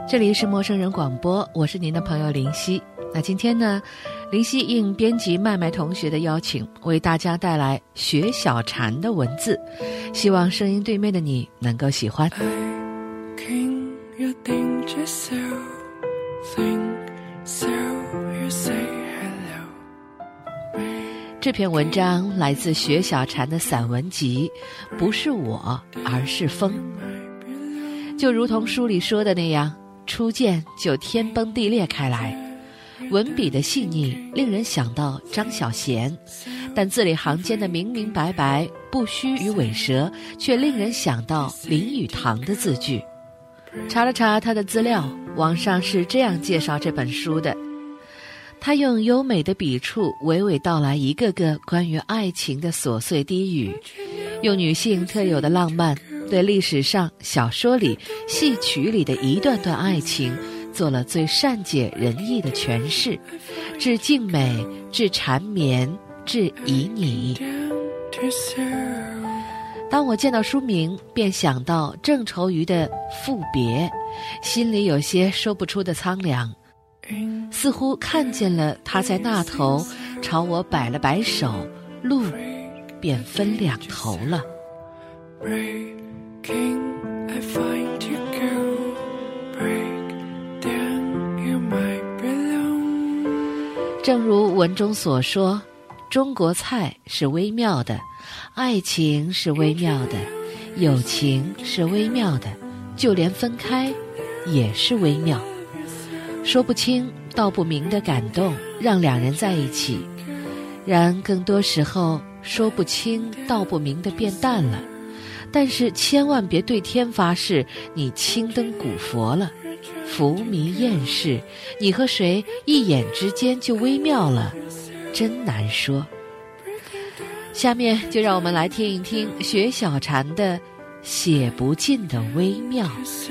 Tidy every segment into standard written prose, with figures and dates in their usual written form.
这里是陌生人广播，我是您的朋友林夕。那今天呢，林夕应编辑麦麦同学的邀请，为大家带来学小禅的文字，希望声音对面的你能够喜欢。这篇文章来自学小禅的散文集《不是我，而是风》。就如同书里说的那样，初见就天崩地裂开来，文笔的细腻令人想到张小娴，但字里行间的明明白白、不虚与委蛇，却令人想到林语堂的字句。查了查他的资料，网上是这样介绍这本书的：他用优美的笔触娓娓道来一个个关于爱情的琐碎低语，用女性特有的浪漫，对历史上、小说里、戏曲里的一段段爱情做了最善解人意的诠释，至静美，至缠绵，至旖旎。当我见到书名，便想到郑愁予的《赋别》，心里有些说不出的苍凉，似乎看见了他在那头朝我摆了摆手，路便分两头了。正如文中所说，中国菜是微妙的，爱情是微妙的，友情是微妙的，就连分开也是微妙。说不清道不明的感动让两人在一起，然更多时候说不清道不明的变淡了。但是千万别对天发誓你青灯古佛了，浮迷厌世，你和谁一眼之间就微妙了，真难说。下面就让我们来听一听学小禅的写不尽的微妙。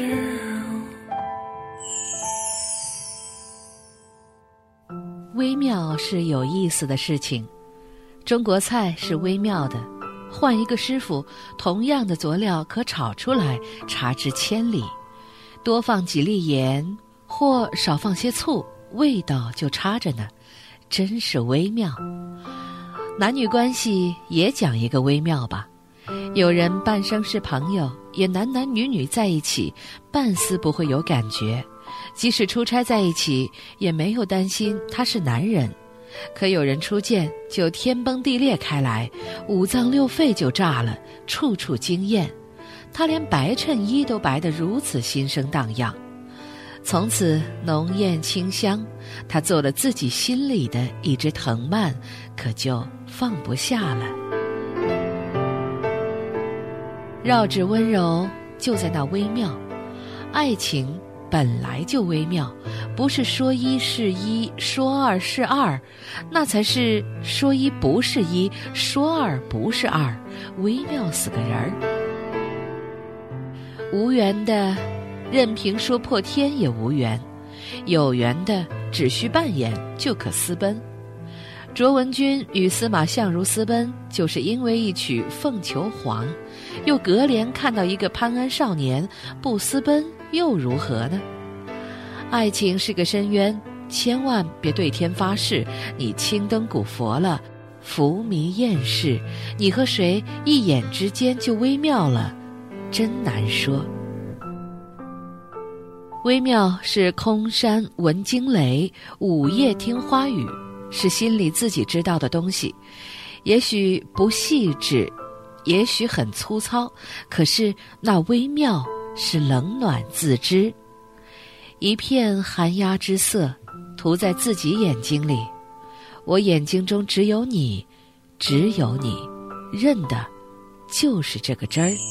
微妙是有意思的事情，中国菜是微妙的，换一个师傅，同样的佐料可炒出来差之千里，多放几粒盐或少放些醋，味道就差着呢，真是微妙。男女关系也讲一个微妙吧，有人半生是朋友，也男男女女在一起半丝不会有感觉，即使出差在一起也没有担心他是男人。可有人初见就天崩地裂开来，五脏六肺就炸了，处处惊艳，他连白衬衣都白得如此心生荡漾。从此浓艳清香，他做了自己心里的一只藤蔓，可就放不下了。绕指温柔就在那微妙，爱情本来就微妙，不是说一是一，说二是二，那才是说一不是一，说二不是二，微妙死个人儿。无缘的任凭说破天也无缘，有缘的只需扮演就可私奔。卓文君与司马相如私奔，就是因为一曲《凤求凰》，又隔帘看到一个潘安少年，不私奔又如何呢？爱情是个深渊，千万别对天发誓你青灯古佛了，浮迷厌世，你和谁一眼之间就微妙了，真难说。微妙是空山闻惊雷，午夜听花语，是心里自己知道的东西，也许不细致，也许很粗糙，可是那微妙是冷暖自知。一片寒鸦之色涂在自己眼睛里，我眼睛中只有你，只有你，认的就是这个真儿。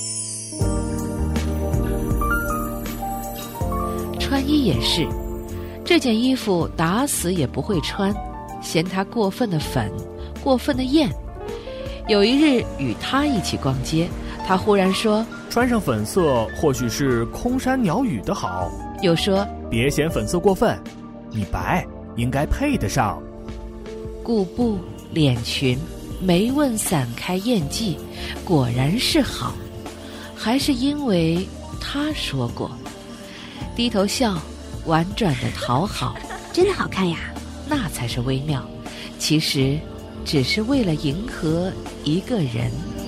穿衣也是，这件衣服打死也不会穿，嫌它过分的粉，过分的艳。有一日与他一起逛街，他忽然说， 穿上粉色或许是空山鸟语的好， 又说， 别嫌粉色过分，你白应该配得上。 顾布、脸裙、眉问散开艳迹，果然是好，还是因为他说过。 低头笑，婉转的讨好， 真的好看呀。 那才是微妙，其实只是为了迎合一个人。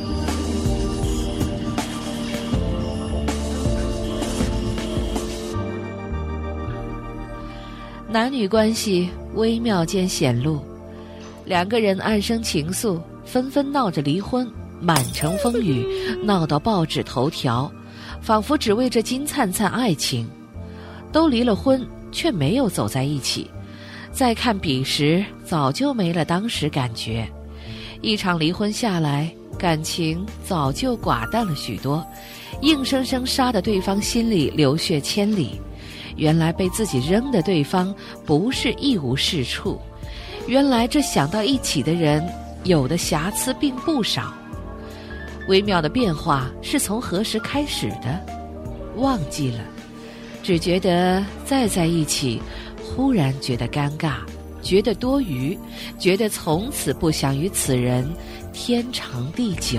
男女关系微妙间显露，两个人暗生情愫，纷纷闹着离婚，满城风雨，闹到报纸头条，仿佛只为这金灿灿爱情。都离了婚，却没有走在一起，再看彼时，早就没了当时感觉。一场离婚下来，感情早就寡淡了许多，硬生生杀得对方心里流血千里。原来被自己扔的对方不是一无是处，原来这想到一起的人有的瑕疵并不少。微妙的变化是从何时开始的？忘记了，只觉得再在一起，忽然觉得尴尬，觉得多余，觉得从此不想与此人天长地久。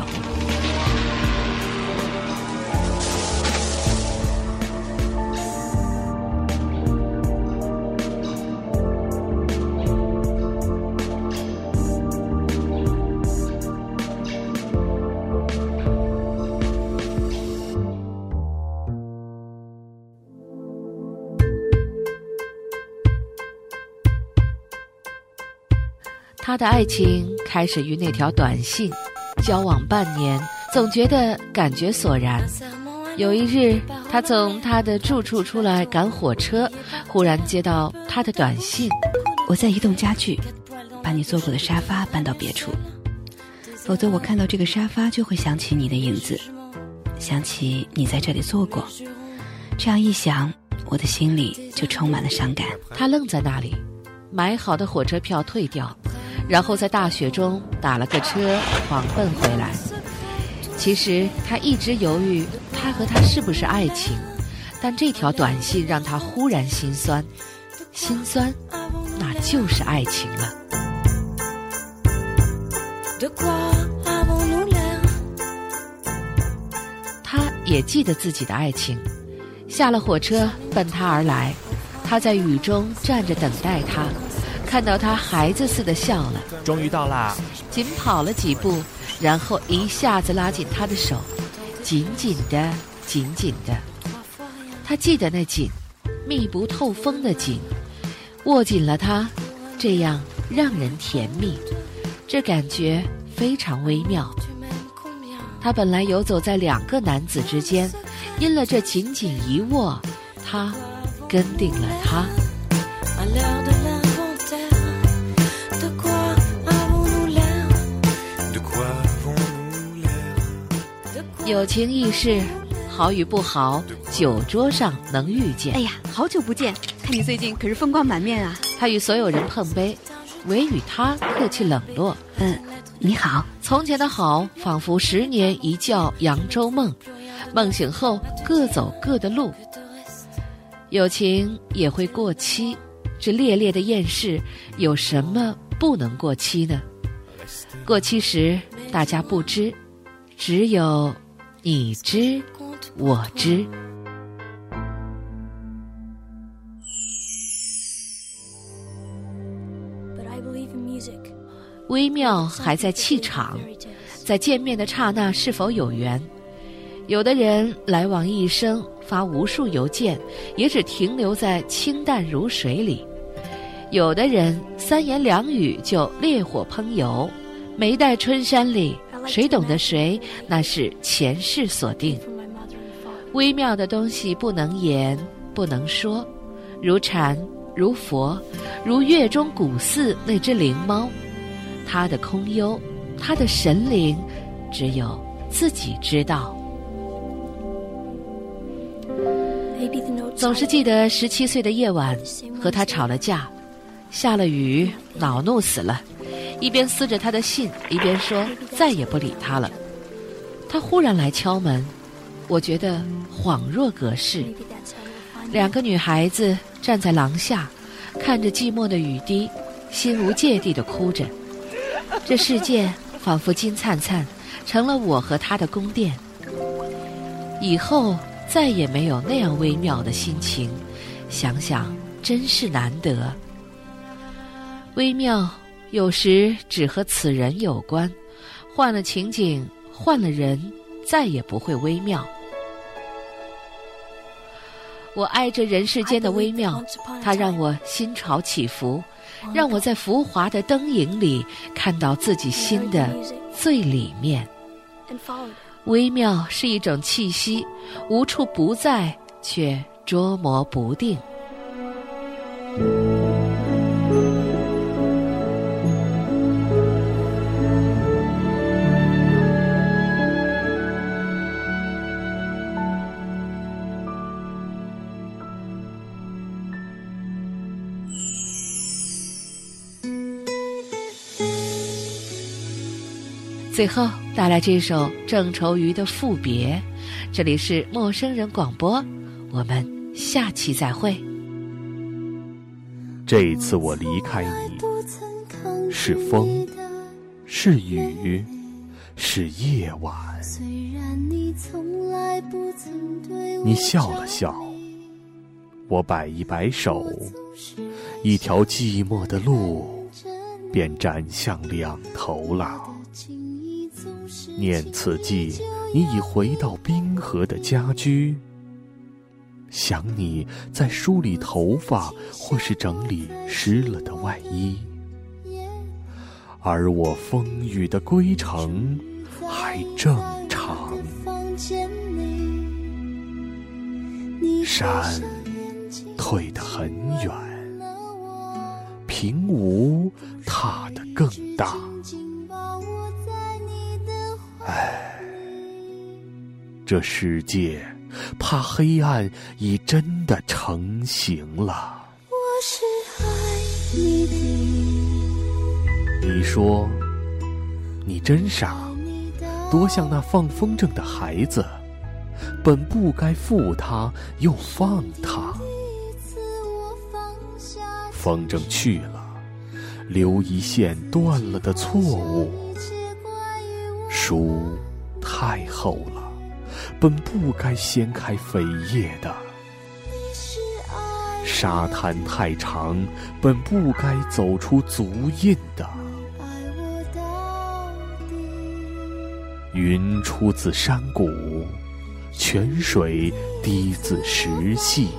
他的爱情开始于那条短信，交往半年，总觉得感觉索然。有一日，他从他的住处出来赶火车，忽然接到他的短信： 我在移动家具，把你坐过的沙发搬到别处，否则我看到这个沙发就会想起你的影子，想起你在这里坐过。这样一想，我的心里就充满了伤感。 他愣在那里，买好的火车票退掉，然后在大雪中打了个车狂奔回来。其实他一直犹豫他和他是不是爱情，但这条短信让他忽然心酸，心酸那就是爱情了。他也记得自己的爱情，下了火车奔他而来，他在雨中站着等待他，看到他孩子似的笑了， 终于到啦， 紧跑了几步，然后一下子拉紧他的手，紧紧的，紧紧的。他记得那紧，密不透风的紧，握紧了它，这样让人甜蜜，这感觉非常微妙。他本来游走在两个男子之间，因了这紧紧一握，他跟定了他。友情易逝，好与不好，酒桌上能遇见。 哎呀，好久不见，看你最近可是风光满面啊。 他与所有人碰杯，唯与他客气冷落。 你好。 从前的好，仿佛10年一觉扬州梦，梦醒后各走各的路。友情也会过期，这烈烈的厌世，有什么不能过期呢？过期时大家不知，只有你知我知。微妙还在气场，在见面的刹那是否有缘？有的人来往一生，发无数邮件，也只停留在清淡如水里；有的人3言2语就烈火烹油，眉黛春山里，谁懂得谁，那是前世所定。微妙的东西不能言，不能说，如禅，如佛，如月中古寺那只灵猫，它的空幽，它的神灵，只有自己知道。总是记得17岁的夜晚，和他吵了架，下了雨，恼怒死了，一边撕着他的信，一边说再也不理他了。他忽然来敲门，我觉得恍若隔世。2个女孩子站在廊下，看着寂寞的雨滴，心无芥蒂地哭着。这世界仿佛金灿灿，成了我和他的宫殿。以后再也没有那样微妙的心情。 想想真是难得。微妙有时只和此人有关，换了情景，换了人，再也不会微妙。我爱这人世间的微妙，它让我心潮起伏，让我在浮华的灯影里看到自己心的最里面。微妙是一种气息，无处不在，却捉摸不定。最后带来这首郑愁予的《赋别》，这里是陌生人广播，我们下期再会。 这一次我离开你，是风，是雨，是夜晚。你笑了笑，我摆一摆手，一条寂寞的路便展向两头了。念此际，你已回到冰河的家居，想你在梳理头发，或是整理湿了的外衣，而我风雨的归程还正常。山退得很远，平芜踏得更大。唉，这世界怕黑暗已真的成型了。 我是爱你的。 你说你真傻，多像那放风筝的孩子，本不该负它又放它。风筝去了，留一线断了的错误。书太厚了，本不该掀开扉页的。沙滩太长，本不该走出足印的。云出自山谷，泉水滴自石隙，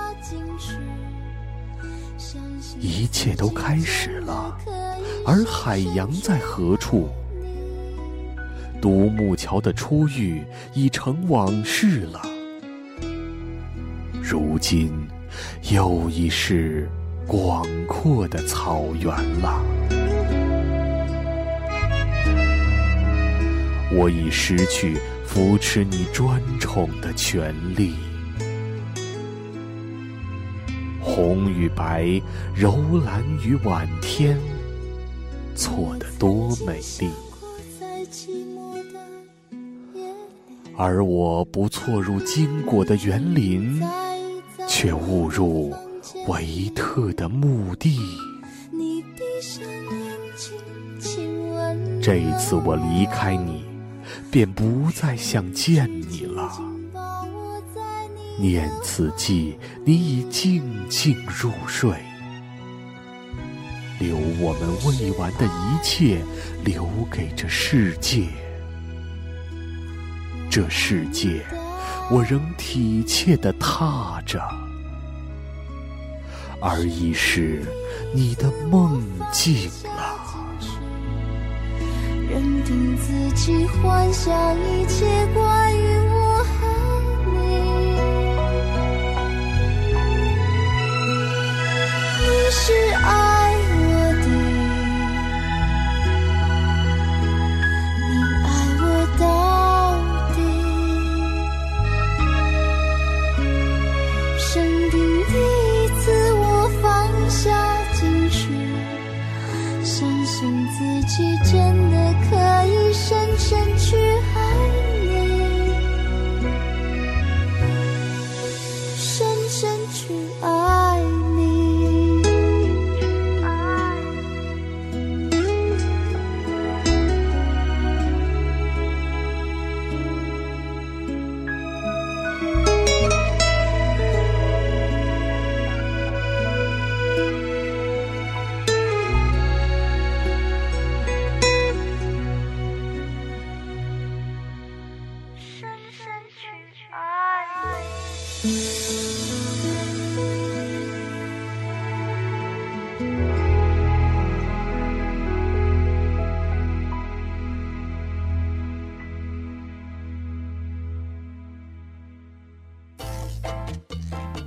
一切都开始了，而海洋在何处？独木桥的初遇已成往事了，如今又已是广阔的草原了。我已失去扶持你专宠的权利。红与白，柔蓝与晚天，错得多美丽。而我不错入经过的园林，却误入维特的墓地。这一次我离开你，便不再想见你了。念此际，你已静静入睡，留我们未完的一切留给这世界。这世界，我仍体贴地踏着，而已是你的梦境了。 认定自己，幻想一切关于我和你。你是爱我的，你爱我到底。生命第一次我放下矜持，相信自己真的可以深深去爱你，深深去爱你。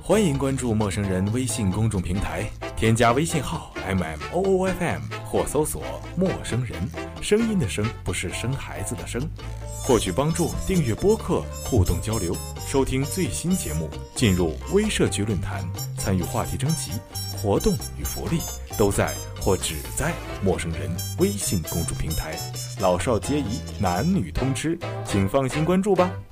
欢迎关注陌生人微信公众平台，添加微信号 MMOOFM 或搜索陌生人，声音的声，不是生孩子的生。获取帮助，订阅播客，互动交流，收听最新节目，进入微社区论坛，参与话题征集，活动与福利都在或只在陌生人微信公众平台，老少皆宜，男女通吃，请放心关注吧。